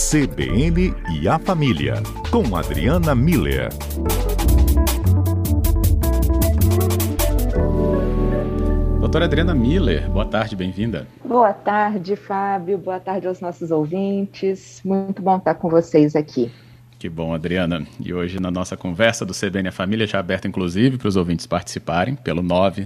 CBN e a Família, com Adriana Miller. Doutora Adriana Miller, boa tarde, bem-vinda. Boa tarde, Fábio, boa tarde aos nossos ouvintes, muito bom estar com vocês aqui. Que bom, Adriana. E hoje na nossa conversa do CBN e a Família, já aberta inclusive para os ouvintes participarem, pelo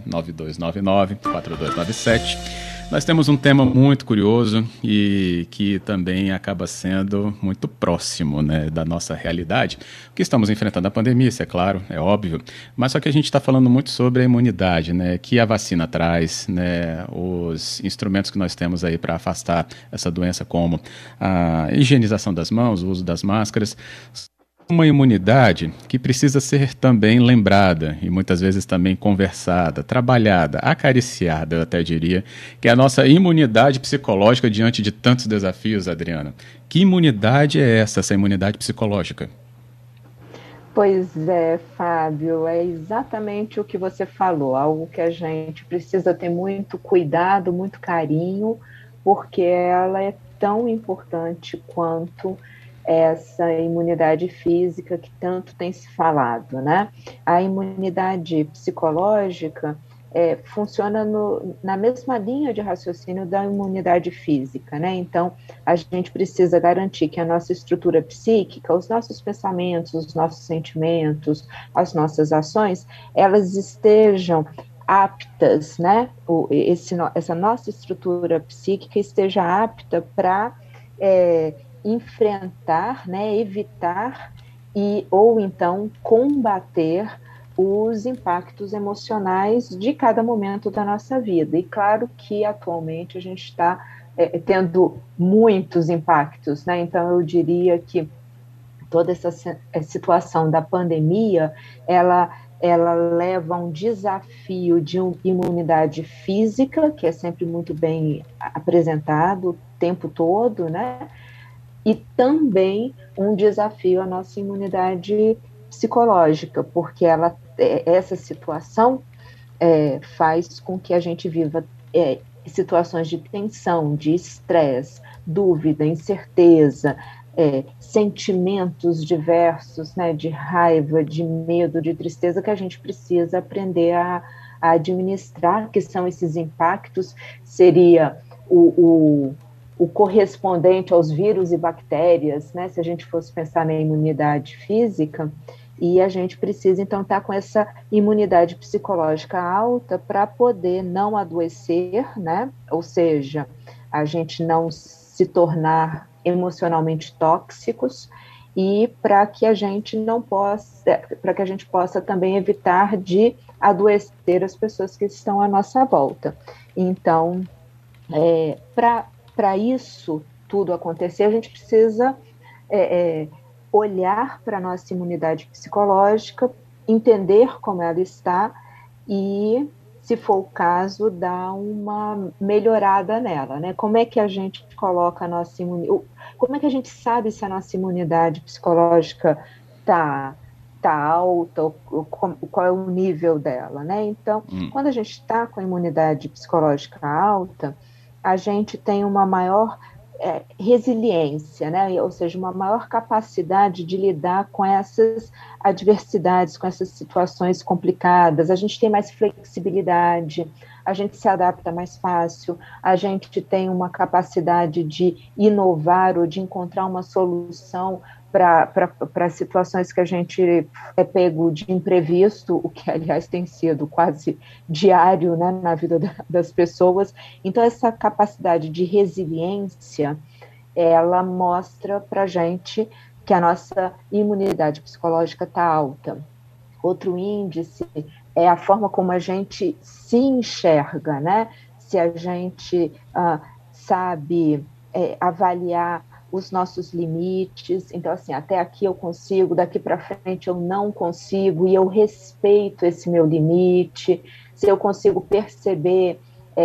99299-4297, nós temos um tema muito curioso e que também acaba sendo muito próximo, né, da nossa realidade, porque estamos enfrentando a pandemia, isso é claro, é óbvio, mas só que a gente está falando muito sobre a imunidade, né, que a vacina traz, né, os instrumentos que nós temos aí para afastar essa doença, como a higienização das mãos, o uso das máscaras. Uma imunidade que precisa ser também lembrada e muitas vezes também conversada, trabalhada, acariciada, eu até diria, que é a nossa imunidade psicológica diante de tantos desafios, Adriana. Que imunidade é essa imunidade psicológica? Pois é, Fábio, é exatamente o que você falou, algo que a gente precisa ter muito cuidado, muito carinho, porque ela é tão importante quanto essa imunidade física que tanto tem se falado, né? A imunidade psicológica funciona na mesma linha de raciocínio da imunidade física, né? Então, a gente precisa garantir que a nossa estrutura psíquica, os nossos pensamentos, os nossos sentimentos, as nossas ações, elas estejam aptas, né? Essa nossa estrutura psíquica esteja apta para enfrentar, né, evitar ou então combater os impactos emocionais de cada momento da nossa vida. E claro que atualmente a gente está tendo muitos impactos, né? Então eu diria que toda essa situação da pandemia, ela leva a um desafio de imunidade física, que é sempre muito bem apresentado o tempo todo, né? E também um desafio à nossa imunidade psicológica, porque essa situação faz com que a gente viva situações de tensão, de estresse, dúvida, incerteza, sentimentos diversos, né, de raiva, de medo, de tristeza, que a gente precisa aprender a administrar, que são esses impactos, seria o correspondente aos vírus e bactérias, né, se a gente fosse pensar na imunidade física, e a gente precisa, então, estar com essa imunidade psicológica alta para poder não adoecer, né, ou seja, a gente não se tornar emocionalmente tóxicos, e para que a gente possa também evitar de adoecer as pessoas que estão à nossa volta. Então, para isso tudo acontecer, a gente precisa olhar para a nossa imunidade psicológica, entender como ela está e, se for o caso, dar uma melhorada nela, né? Como é que a gente coloca a nossa imunidade? Como é que a gente sabe se a nossa imunidade psicológica está alta, qual é o nível dela, né? Então, quando a gente está com a imunidade psicológica alta, a gente tem uma maior resiliência, né? Ou seja, uma maior capacidade de lidar com essas adversidades, com essas situações complicadas, a gente tem mais flexibilidade, a gente se adapta mais fácil, a gente tem uma capacidade de inovar ou de encontrar uma solução para situações que a gente é pego de imprevisto, o que, aliás, tem sido quase diário, né, na vida das pessoas. Então, essa capacidade de resiliência, ela mostra para a gente que a nossa imunidade psicológica está alta. Outro índice é a forma como a gente se enxerga, né? Se a gente sabe avaliar os nossos limites, então assim, até aqui eu consigo, daqui para frente eu não consigo, e eu respeito esse meu limite, se eu consigo perceber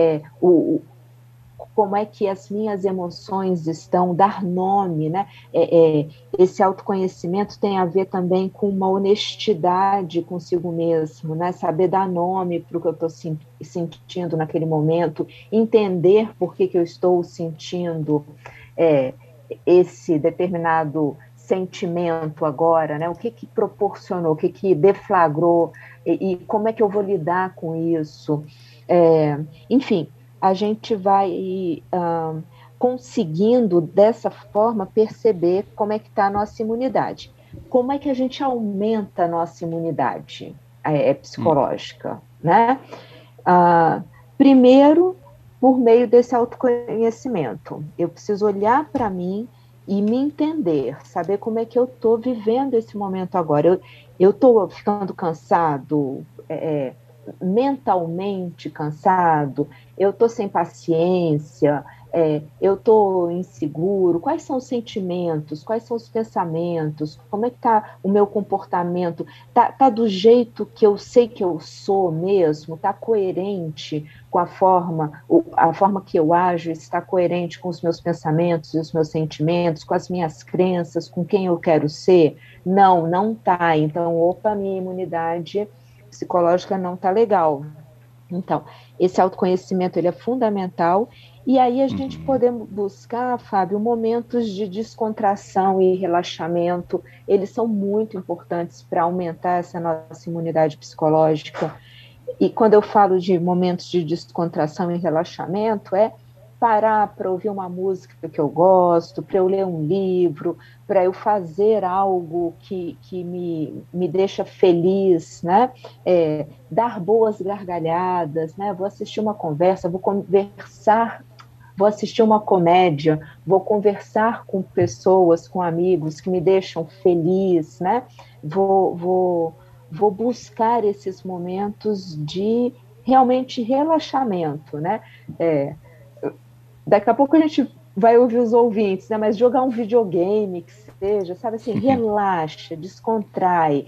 como é que as minhas emoções estão, dar nome, né? Esse autoconhecimento tem a ver também com uma honestidade consigo mesmo, né? Saber dar nome para o que eu estou sentindo naquele momento, entender por que eu estou sentindo esse determinado sentimento agora, né? O que proporcionou, o que deflagrou, e como é que eu vou lidar com isso? Enfim, a gente vai conseguindo, dessa forma, perceber como é que está a nossa imunidade. Como é que a gente aumenta a nossa imunidade psicológica, né? Primeiro, por meio desse autoconhecimento. Eu preciso olhar para mim e me entender, saber como é que eu estou vivendo esse momento agora. Eu estou ficando cansado, mentalmente cansado, eu estou sem paciência, eu estou inseguro. Quais são os sentimentos, quais são os pensamentos, como é que está o meu comportamento? Tá do jeito que eu sei que eu sou mesmo? Está coerente com a forma que eu ajo? Está coerente com os meus pensamentos e os meus sentimentos, com as minhas crenças, com quem eu quero ser? Não está. Então, minha imunidade psicológica não está legal. Então, esse autoconhecimento ele é fundamental, e aí a gente podemos buscar, Fábio, momentos de descontração e relaxamento. Eles são muito importantes para aumentar essa nossa imunidade psicológica. E quando eu falo de momentos de descontração e relaxamento, parar para ouvir uma música que eu gosto, para eu ler um livro, para eu fazer algo que me deixa feliz, né? Dar boas gargalhadas, né? Vou assistir uma conversa, vou conversar, vou assistir uma comédia, vou conversar com pessoas, com amigos que me deixam feliz, né? Vou buscar esses momentos de realmente relaxamento, né? Daqui a pouco a gente vai ouvir os ouvintes, né? Mas jogar um videogame que seja, sabe assim, relaxa, descontrai,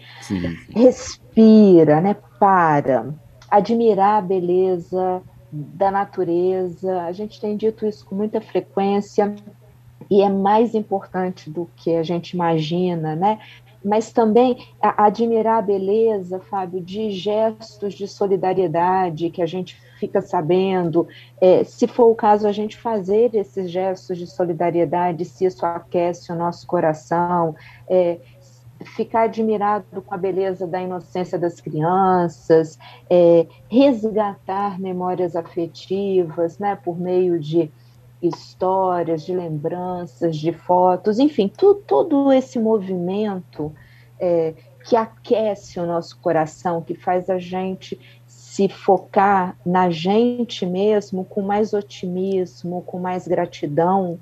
respira, né? Para, admirar a beleza da natureza. A gente tem dito isso com muita frequência e é mais importante do que a gente imagina, né? Mas também admirar a beleza, Fábio, de gestos de solidariedade que a gente fica sabendo, se for o caso, a gente fazer esses gestos de solidariedade, se isso aquece o nosso coração, ficar admirado com a beleza da inocência das crianças, resgatar memórias afetivas, né, por meio de histórias, de lembranças, de fotos, enfim, todo esse movimento que aquece o nosso coração, que faz a gente se focar na gente mesmo com mais otimismo, com mais gratidão,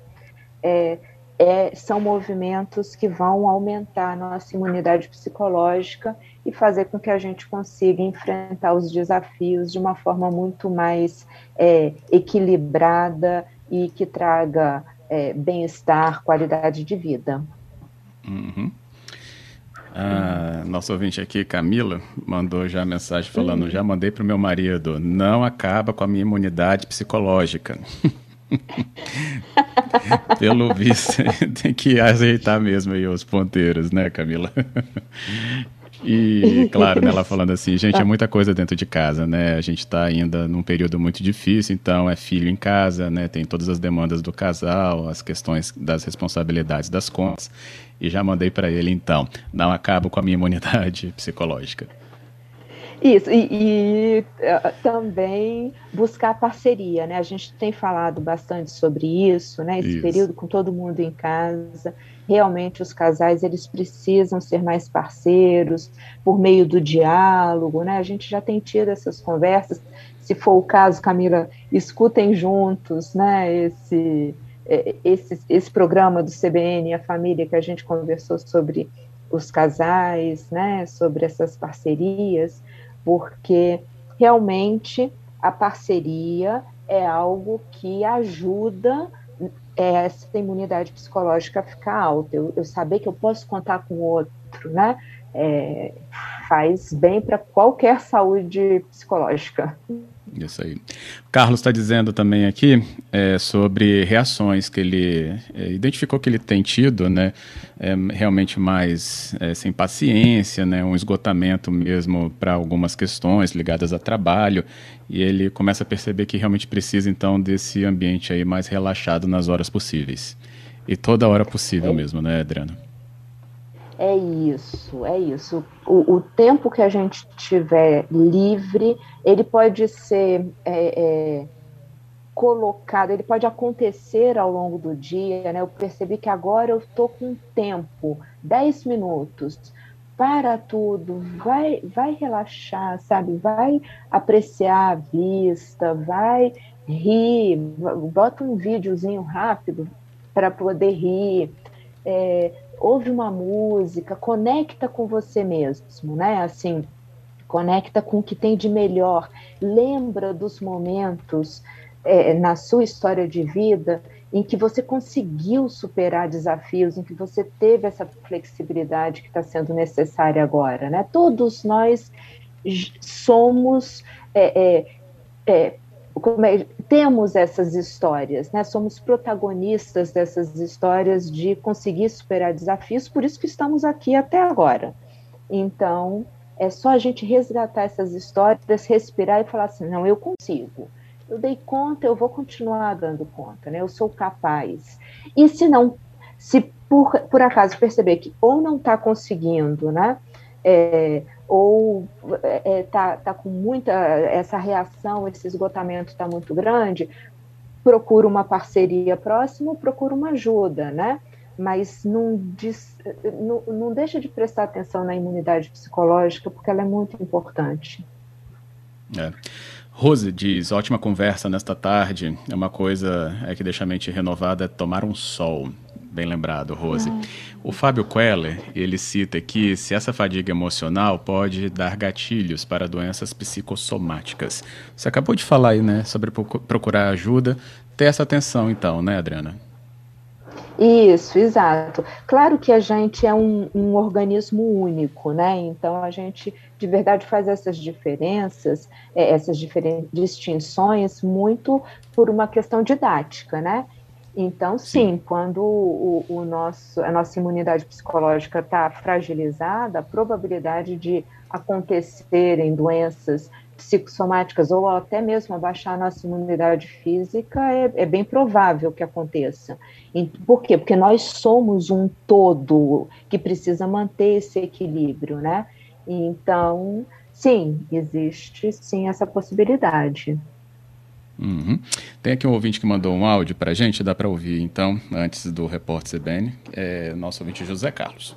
são movimentos que vão aumentar a nossa imunidade psicológica e fazer com que a gente consiga enfrentar os desafios de uma forma muito mais equilibrada e que traga bem-estar, qualidade de vida. A nossa ouvinte aqui, Camila, mandou já a mensagem falando, já mandei para o meu marido, não acaba com a minha imunidade psicológica. Pelo visto, tem que ajeitar mesmo aí os ponteiros, né, Camila? E, claro, né, ela falando assim, gente, é muita coisa dentro de casa, né? A gente está ainda num período muito difícil, então é filho em casa, né? Tem todas as demandas do casal, as questões das responsabilidades das contas. E já mandei para ele, então, não acabo com a minha imunidade psicológica. Isso, e também buscar parceria, né? A gente tem falado bastante sobre isso, né? Esse período com todo mundo em casa. Realmente os casais, eles precisam ser mais parceiros por meio do diálogo, né? A gente já tem tido essas conversas. Se for o caso, Camila, escutem juntos, né? Esse programa do CBN, a família, que a gente conversou sobre os casais, né? Sobre essas parcerias, porque realmente a parceria é algo que ajuda essa imunidade psicológica a ficar alta. Eu saber que eu posso contar com o outro, né? Faz bem para qualquer saúde psicológica. Isso aí. Carlos está dizendo também aqui sobre reações que ele identificou que ele tem tido, né? Realmente mais sem paciência, né? Um esgotamento mesmo para algumas questões ligadas a trabalho, e ele começa a perceber que realmente precisa então desse ambiente aí mais relaxado nas horas possíveis. E toda hora possível mesmo, né, Adriana? É isso, é isso. O tempo que a gente tiver livre, ele pode ser colocado, ele pode acontecer ao longo do dia, né? Eu percebi que agora eu estou com tempo, 10 minutos, para tudo, vai relaxar, sabe? Vai apreciar a vista, vai rir, bota um videozinho rápido para poder rir, ouve uma música, conecta com você mesmo, né? Assim, conecta com o que tem de melhor, lembra dos momentos na sua história de vida em que você conseguiu superar desafios, em que você teve essa flexibilidade que está sendo necessária agora, né? Todos nós somos temos essas histórias, né? Somos protagonistas dessas histórias de conseguir superar desafios, por isso que estamos aqui até agora. Então, é só a gente resgatar essas histórias, respirar e falar assim, não, eu consigo. Eu dei conta, eu vou continuar dando conta, né? Eu sou capaz. E se por acaso perceber que ou não está conseguindo, né? Ou tá com muita, essa reação, esse esgotamento está muito grande, procura uma parceria próxima, procura uma ajuda, né? Mas não deixa de prestar atenção na imunidade psicológica, porque ela é muito importante. Rose diz, ótima conversa nesta tarde, é uma coisa que deixa a mente renovada, é tomar um sol. Bem lembrado, Rose. O Fábio Queller, ele cita que se essa fadiga emocional pode dar gatilhos para doenças psicossomáticas. Você acabou de falar aí, né, sobre procurar ajuda, ter essa atenção então, né, Adriana? Isso, exato. Claro que a gente é um organismo único, né? Então a gente de verdade faz essas diferenças, essas distinções muito por uma questão didática, né? Então, sim, quando a nossa imunidade psicológica está fragilizada, a probabilidade de acontecerem doenças psicossomáticas ou até mesmo abaixar a nossa imunidade física é bem provável que aconteça. Por quê? Porque nós somos um todo que precisa manter esse equilíbrio, né? Então, sim, existe sim essa possibilidade. Uhum. Tem aqui um ouvinte que mandou um áudio para a gente, dá para ouvir então, antes do Repórter CBN, nosso ouvinte José Carlos.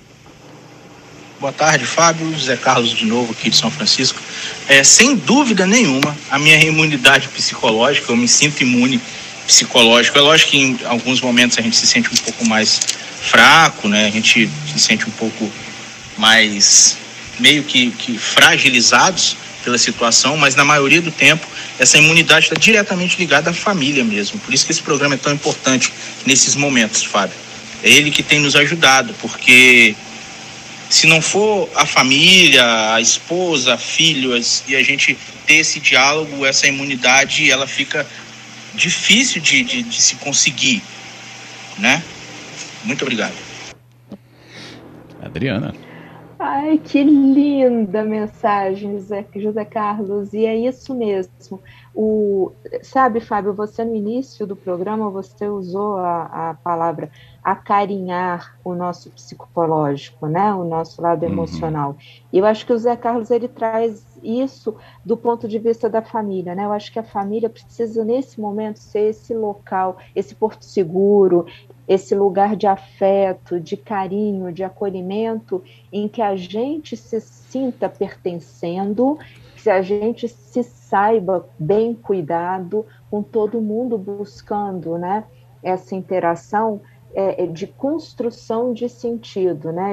Boa tarde, Fábio. José Carlos de novo aqui de São Francisco. Sem dúvida nenhuma, a minha imunidade psicológica, eu me sinto imune psicológico. É lógico que em alguns momentos a gente se sente um pouco mais fraco, né? A gente se sente um pouco mais meio que fragilizados pela situação, mas na maioria do tempo essa imunidade está diretamente ligada à família mesmo. Por isso que esse programa é tão importante nesses momentos, Fábio. É ele que tem nos ajudado, porque se não for a família, a esposa, filhos, e a gente ter esse diálogo, essa imunidade, ela fica difícil de se conseguir, né? Muito obrigado. Adriana. Ai, que linda mensagem, José Carlos, e é isso mesmo. Sabe, Fábio, você no início do programa, você usou a palavra acarinhar o nosso psicológico, né? O nosso lado emocional. E eu acho que o José Carlos, ele traz isso do ponto de vista da família, né? Eu acho que a família precisa, nesse momento, ser esse local, esse porto seguro, esse lugar de afeto, de carinho, de acolhimento, em que a gente se sinta pertencendo, que a gente se saiba bem cuidado, com todo mundo buscando, né, essa interação de construção de sentido, né?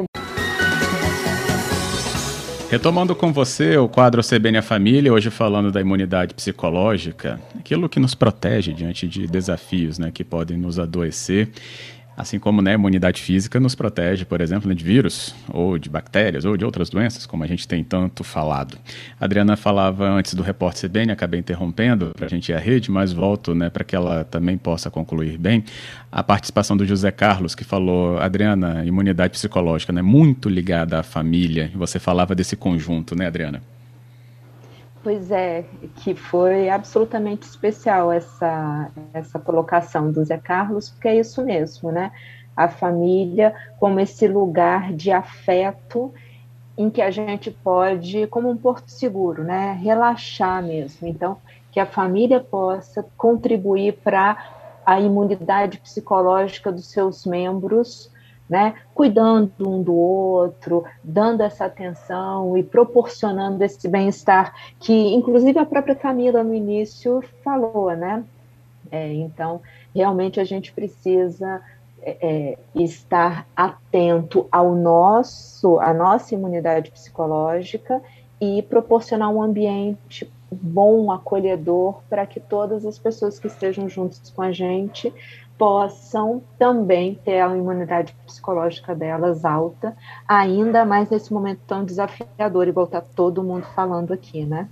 Retomando com você o quadro CBN a Família, hoje falando da imunidade psicológica, aquilo que nos protege diante de desafios, né, que podem nos adoecer, assim como, né, a imunidade física nos protege, por exemplo, de vírus, ou de bactérias, ou de outras doenças, como a gente tem tanto falado. A Adriana falava antes do Repórter CBN, acabei interrompendo para a gente ir à rede, mas volto, né, para que ela também possa concluir bem. A participação do José Carlos, que falou, Adriana, imunidade psicológica, né, muito ligada à família, e você falava desse conjunto, né, Adriana? Pois é, que foi absolutamente especial essa colocação do Zé Carlos, porque é isso mesmo, né? A família como esse lugar de afeto em que a gente pode, como um porto seguro, né? Relaxar mesmo. Então, que a família possa contribuir para a imunidade psicológica dos seus membros, né, cuidando um do outro, dando essa atenção e proporcionando esse bem-estar, que inclusive a própria Camila no início falou, né? Então, realmente a gente precisa estar atento à nossa imunidade psicológica e proporcionar um ambiente bom, acolhedor, para que todas as pessoas que estejam juntas com a gente possam também ter a imunidade psicológica delas alta, ainda mais nesse momento tão desafiador, igual está todo mundo falando aqui, né?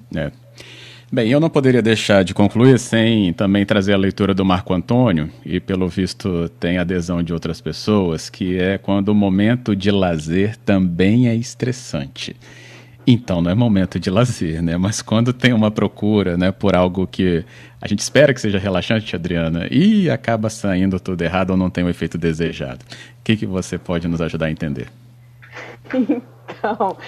Bem, eu não poderia deixar de concluir sem também trazer a leitura do Marco Antônio, e pelo visto tem adesão de outras pessoas, que é quando o momento de lazer também é estressante. Então, não é momento de lazer, né? Mas quando tem uma procura, né, por algo que a gente espera que seja relaxante, Adriana, e acaba saindo tudo errado ou não tem o efeito desejado. O que você pode nos ajudar a entender? Então,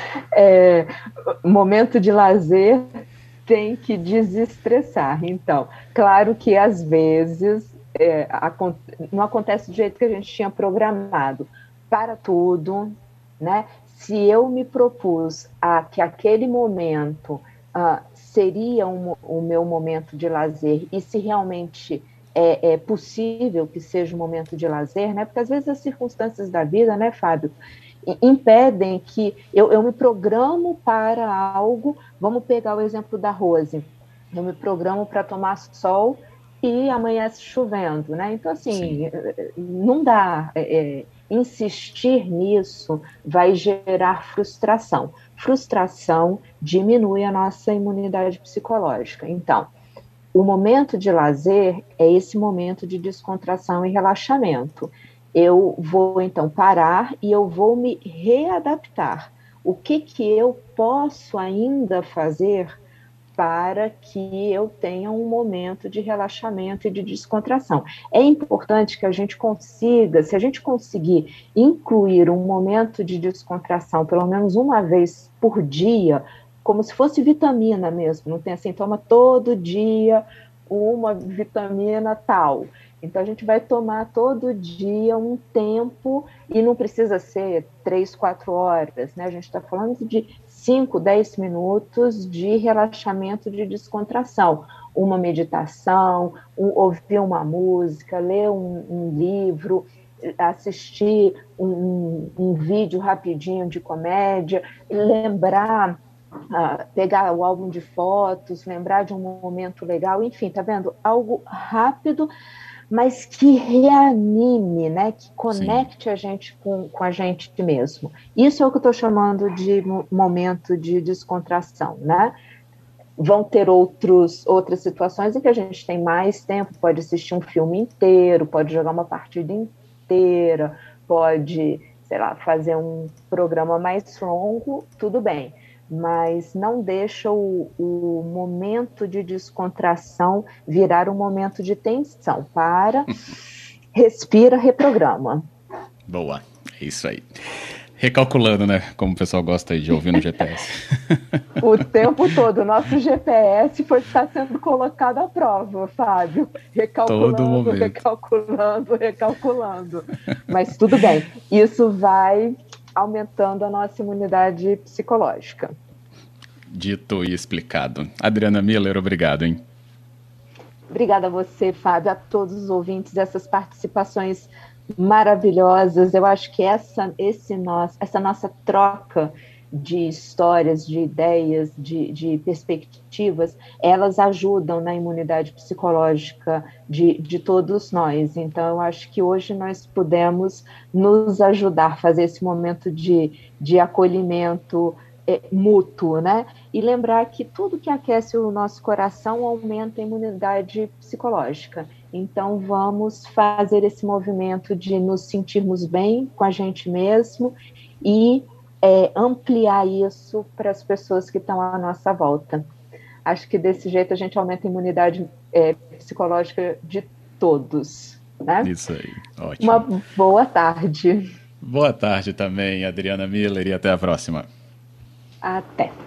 momento de lazer tem que desestressar. Então, claro que às vezes não acontece do jeito que a gente tinha programado. Para tudo, né? Se eu me propus que aquele momento seria o meu momento de lazer, e se realmente é possível que seja um momento de lazer, né? Porque às vezes as circunstâncias da vida, né, Fábio, impedem que eu me programo para algo. Vamos pegar o exemplo da Rose. Eu me programo para tomar sol e amanhece chovendo, né? Então, assim, não dá. Insistir nisso vai gerar frustração. Frustração diminui a nossa imunidade psicológica. Então, o momento de lazer é esse momento de descontração e relaxamento. Eu vou, então, parar e eu vou me readaptar. O que eu posso ainda fazer para que eu tenha um momento de relaxamento e de descontração? É importante que a gente consiga, se a gente conseguir incluir um momento de descontração pelo menos uma vez por dia, como se fosse vitamina mesmo, não tem assim, toma todo dia uma vitamina tal. Então, a gente vai tomar todo dia um tempo, e não precisa ser 3, 4 horas, né? A gente está falando de 5, 10 minutos de relaxamento, de descontração. Uma meditação, ouvir uma música, ler um livro, assistir um vídeo rapidinho de comédia, lembrar, pegar o álbum de fotos, lembrar de um momento legal, enfim, tá vendo? Algo rápido, mas que reanime, né? Que conecte Sim. a gente com a gente mesmo. Isso é o que eu estou chamando de momento de descontração, né? Vão ter outras situações em que a gente tem mais tempo, pode assistir um filme inteiro, pode jogar uma partida inteira, pode, sei lá, fazer um programa mais longo, tudo bem. Mas não deixa o momento de descontração virar um momento de tensão. Para, respira, reprograma. Boa, é isso aí. Recalculando, né? Como o pessoal gosta de ouvir no GPS. O tempo todo, o nosso GPS está sendo colocado à prova, Fábio. Recalculando. Mas tudo bem, isso vai aumentando a nossa imunidade psicológica. Dito e explicado. Adriana Miller, obrigado, hein? Obrigada a você, Fábio, a todos os ouvintes dessas participações maravilhosas. Eu acho que essa nossa troca de histórias, de ideias, de perspectivas, elas ajudam na imunidade psicológica de todos nós. Então, eu acho que hoje nós pudemos nos ajudar a fazer esse momento de acolhimento mútuo, né? E lembrar que tudo que aquece o nosso coração aumenta a imunidade psicológica. Então, vamos fazer esse movimento de nos sentirmos bem com a gente mesmo e ampliar isso para as pessoas que estão à nossa volta. Acho que desse jeito a gente aumenta a imunidade psicológica de todos, né? Isso aí, ótimo. Uma boa tarde. Boa tarde também, Adriana Miller, e até a próxima. Até.